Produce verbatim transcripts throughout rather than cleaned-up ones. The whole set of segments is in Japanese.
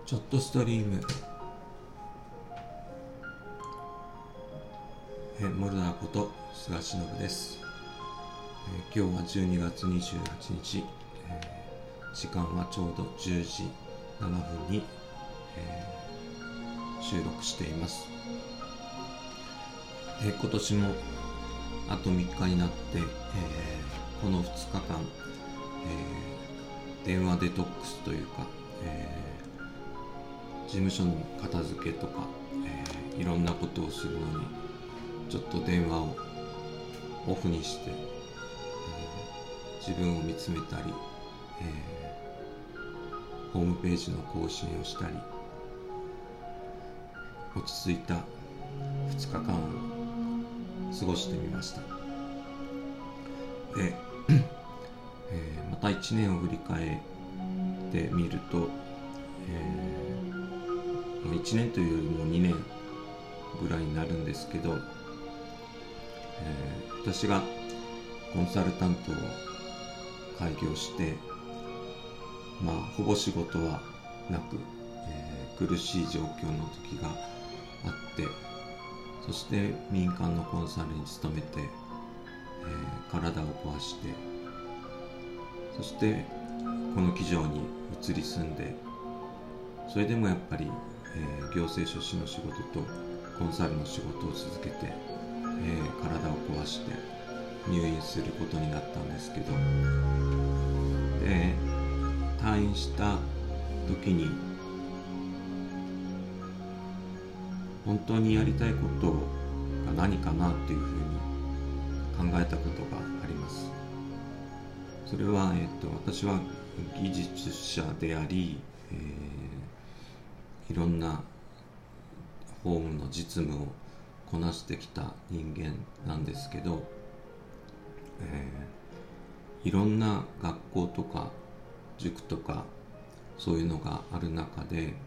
ちょっとストリームえモルダーこと菅忍です。え今日はじゅうにがつにじゅうはちにち、えー、時間はちょうどじゅうじななふんに、えー、収録しています。え今年もあとみっかになって、えー、このふつかかん、えー、電話デトックスというか、えー事務所の片付けとか、えー、いろんなことをするのにちょっと電話をオフにして、えー、自分を見つめたり、えー、ホームページの更新をしたり落ち着いたふつかかんを過ごしてみました。で、えー、またいちねんを振り返ってみると、えーいちねんというよりもにねんぐらいになるんですけど、えー、私がコンサルタントを開業して、まあほぼ仕事はなく、えー、苦しい状況の時があって、そして民間のコンサルに勤めて、えー、体を壊して、そしてこの機場に移り住んで、それでもやっぱりえー、行政書士の仕事とコンサルの仕事を続けて、えー、体を壊して入院することになったんですけど、で退院した時に本当にやりたいことが何かなっていうふうに考えたことがあります。それは、えー、と私は技術者であり、えーいろんな法務の実務をこなしてきた人間なんですけど、えー、いろんな学校とか塾とかそういうのがある中で、えー、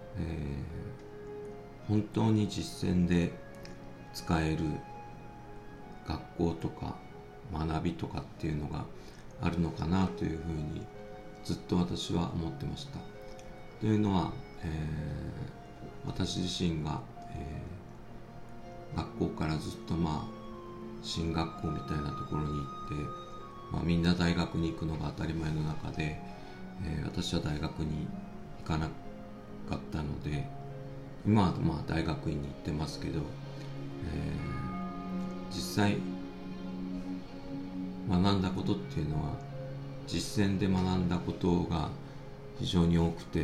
本当に実践で使える学校とか学びとかっていうのがあるのかなというふうにずっと私は思ってました。というのは、えー、私自身が、えー、学校からずっとまあ進学校みたいなところに行って、まあ、みんな大学に行くのが当たり前の中で、えー、私は大学に行かなかったので、今はまあ大学院に行ってますけど、えー、実際学んだことっていうのは実践で学んだことが非常に多くて、え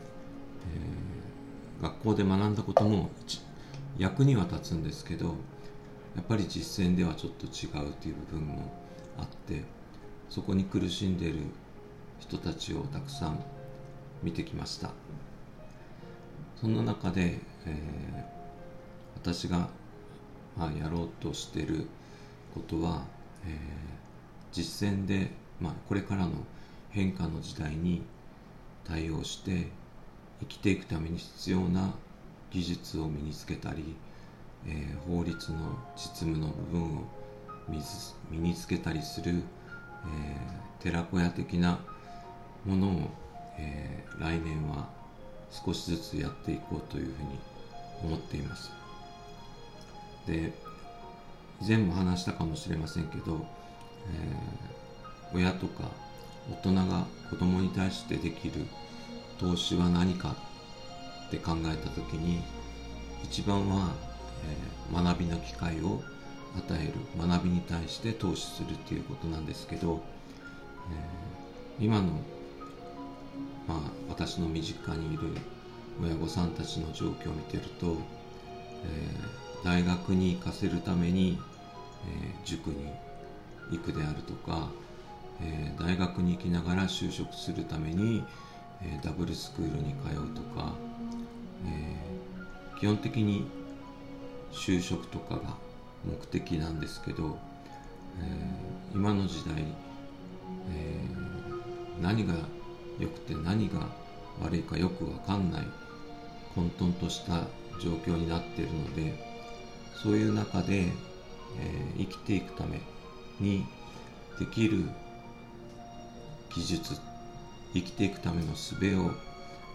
ー、学校で学んだことも役には立つんですけど、やっぱり実践ではちょっと違うという部分もあって、そこに苦しんでいる人たちをたくさん見てきました。そんな中で、えー、私が、まあ、やろうとしていることは、えー、実践で、まあ、これからの変化の時代に対応して生きていくために必要な技術を身につけたり、えー、法律の実務の部分を身につけたりする、えー、寺子屋的なものを、えー、来年は少しずつやっていこうというふうに思っています。で、以前も話したかもしれませんけど、えー、親とか大人が子供に対してできる投資は何かって考えたときに、一番は、えー、学びの機会を与える、学びに対して投資するっていうことなんですけど、えー、今の、まあ、私の身近にいる親御さんたちの状況を見てると、えー、大学に行かせるために、えー、塾に行くであるとか、えー、大学に行きながら就職するために、えー、ダブルスクールに通うとか、えー、基本的に就職とかが目的なんですけど、えー、今の時代、えー、何が良くて何が悪いかよく分かんない混沌とした状況になっているので、そういう中で、えー、生きていくためにできる技術、生きていくための術を、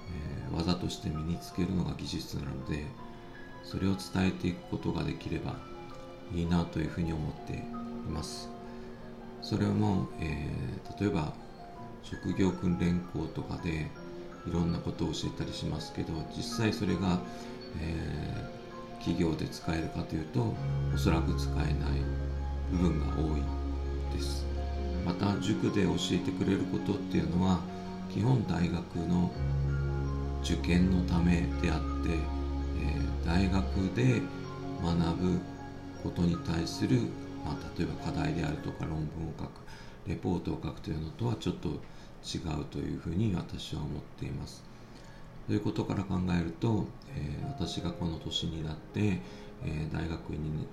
えー、技として身につけるのが技術なので、それを伝えていくことができればいいなというふうに思っています。それも、えー、例えば職業訓練校とかでいろんなことを教えたりしますけど、実際それが、えー、企業で使えるかというとおそらく使えない部分が多いです。また塾で教えてくれることっていうのは基本大学の受験のためであって、えー、大学で学ぶことに対する、まあ、例えば課題であるとか論文を書く、レポートを書くというのとはちょっと違うというふうに私は思っています。ということから考えると、えー、私がこの年になって、えー、大学院に行って、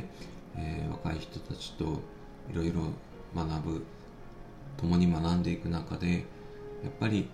えー、若い人たちといろいろ学ぶ、共に学んでいく中で、やっぱり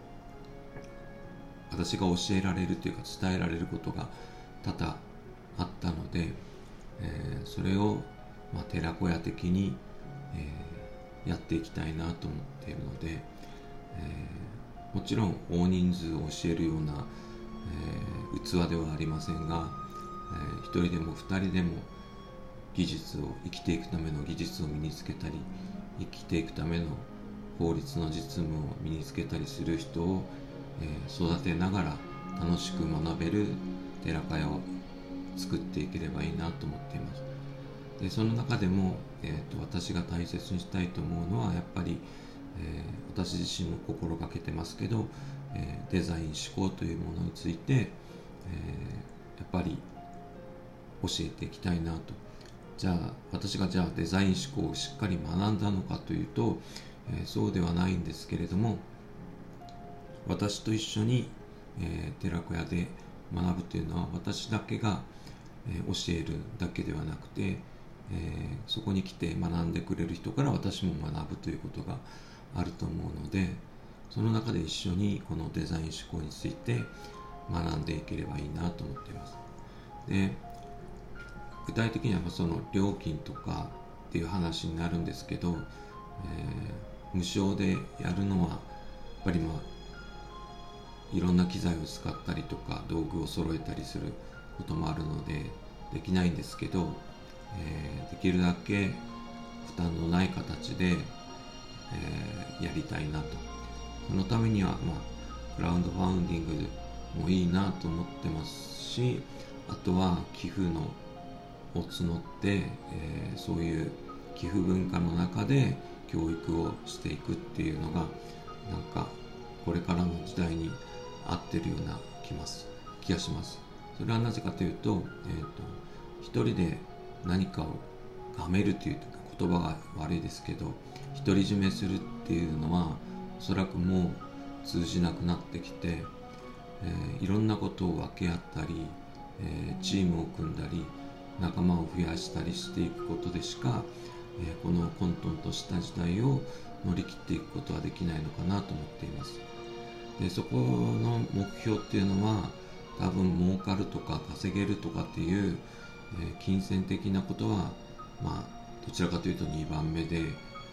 私が教えられるというか伝えられることが多々あったので、えー、それを、まあ、寺子屋的に、えー、やっていきたいなと思っているので、えー、もちろん大人数を教えるような、えー、器ではありませんが、えー、一人でも二人でも技術を生きていくための技術を身につけたり、生きていくための法律の実務を身につけたりする人を、えー、育てながら楽しく学べる寺子屋を作っていければいいなと思っています。でその中でも、えー、と私が大切にしたいと思うのはやっぱり、えー、私自身も心がけてますけど、えー、デザイン思考というものについて、えー、やっぱり教えていきたいなと。じゃあ私がじゃあデザイン思考をしっかり学んだのかというと、えー、そうではないんですけれども、私と一緒に、えー、寺子屋で学ぶというのは私だけが、えー、教えるだけではなくて、えー、そこに来て学んでくれる人から私も学ぶということがあると思うので、その中で一緒にこのデザイン思考について学んでいければいいなと思っています。で具体的にはその料金とかっていう話になるんですけど、えー、無償でやるのはやっぱりまあいろんな機材を使ったりとか道具を揃えたりすることもあるのでできないんですけど、えー、できるだけ負担のない形で、えー、やりたいなと。そのためには、まあ、クラウドファウンディングもいいなと思ってますし、あとは寄付のを募って、えー、そういう寄付文化の中で教育をしていくっていうのがなんかこれからの時代に合ってるような気ます気がします。それはなぜかというと、えーと、一人で何かをがめるという言葉が悪いですけど、独り占めするっていうのはおそらくもう通じなくなってきて、えー、いろんなことを分け合ったり、えー、チームを組んだり仲間を増やしたりしていくことでしか、えー、この混沌とした時代を乗り切っていくことはできないのかなと思っています。でそこの目標っていうのは多分儲かるとか稼げるとかっていう、えー、金銭的なことはまあどちらかというとにばんめで、えー、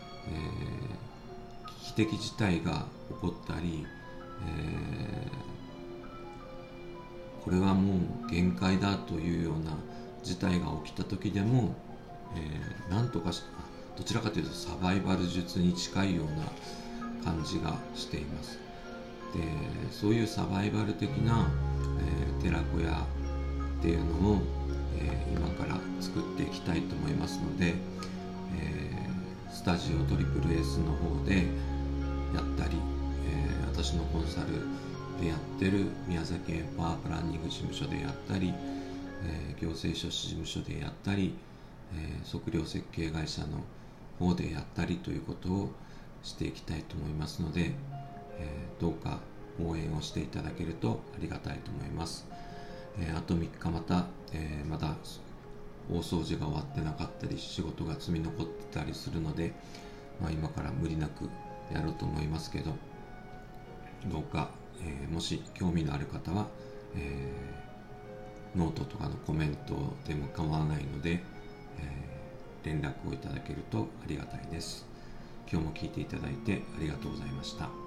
危機的事態が起こったり、えー、これはもう限界だというような事態が起きた時でも、えー、なんとかしどちらかというとサバイバル術に近いような感じがしています。でそういうサバイバル的な、えー、寺子屋っていうのを、えー、今から作っていきたいと思いますので、えー、スタジオトリプル S の方でやったり、えー、私のコンサルでやってる宮崎エンパワープランニング事務所でやったり、えー、行政書士事務所でやったり、えー、測量設計会社の方でやったりということをしていきたいと思いますので、えー、どうか応援をしていただけるとありがたいと思います。えー、あとみっかまた、えー、まだ大掃除が終わってなかったり仕事が積み残ってたりするので、まあ、今から無理なくやろうと思いますけど、どうか、えー、もし興味のある方は、えー、ノートとかのコメントでも構わないので、えー、連絡をいただけるとありがたいです。今日も聞いていただいてありがとうございました。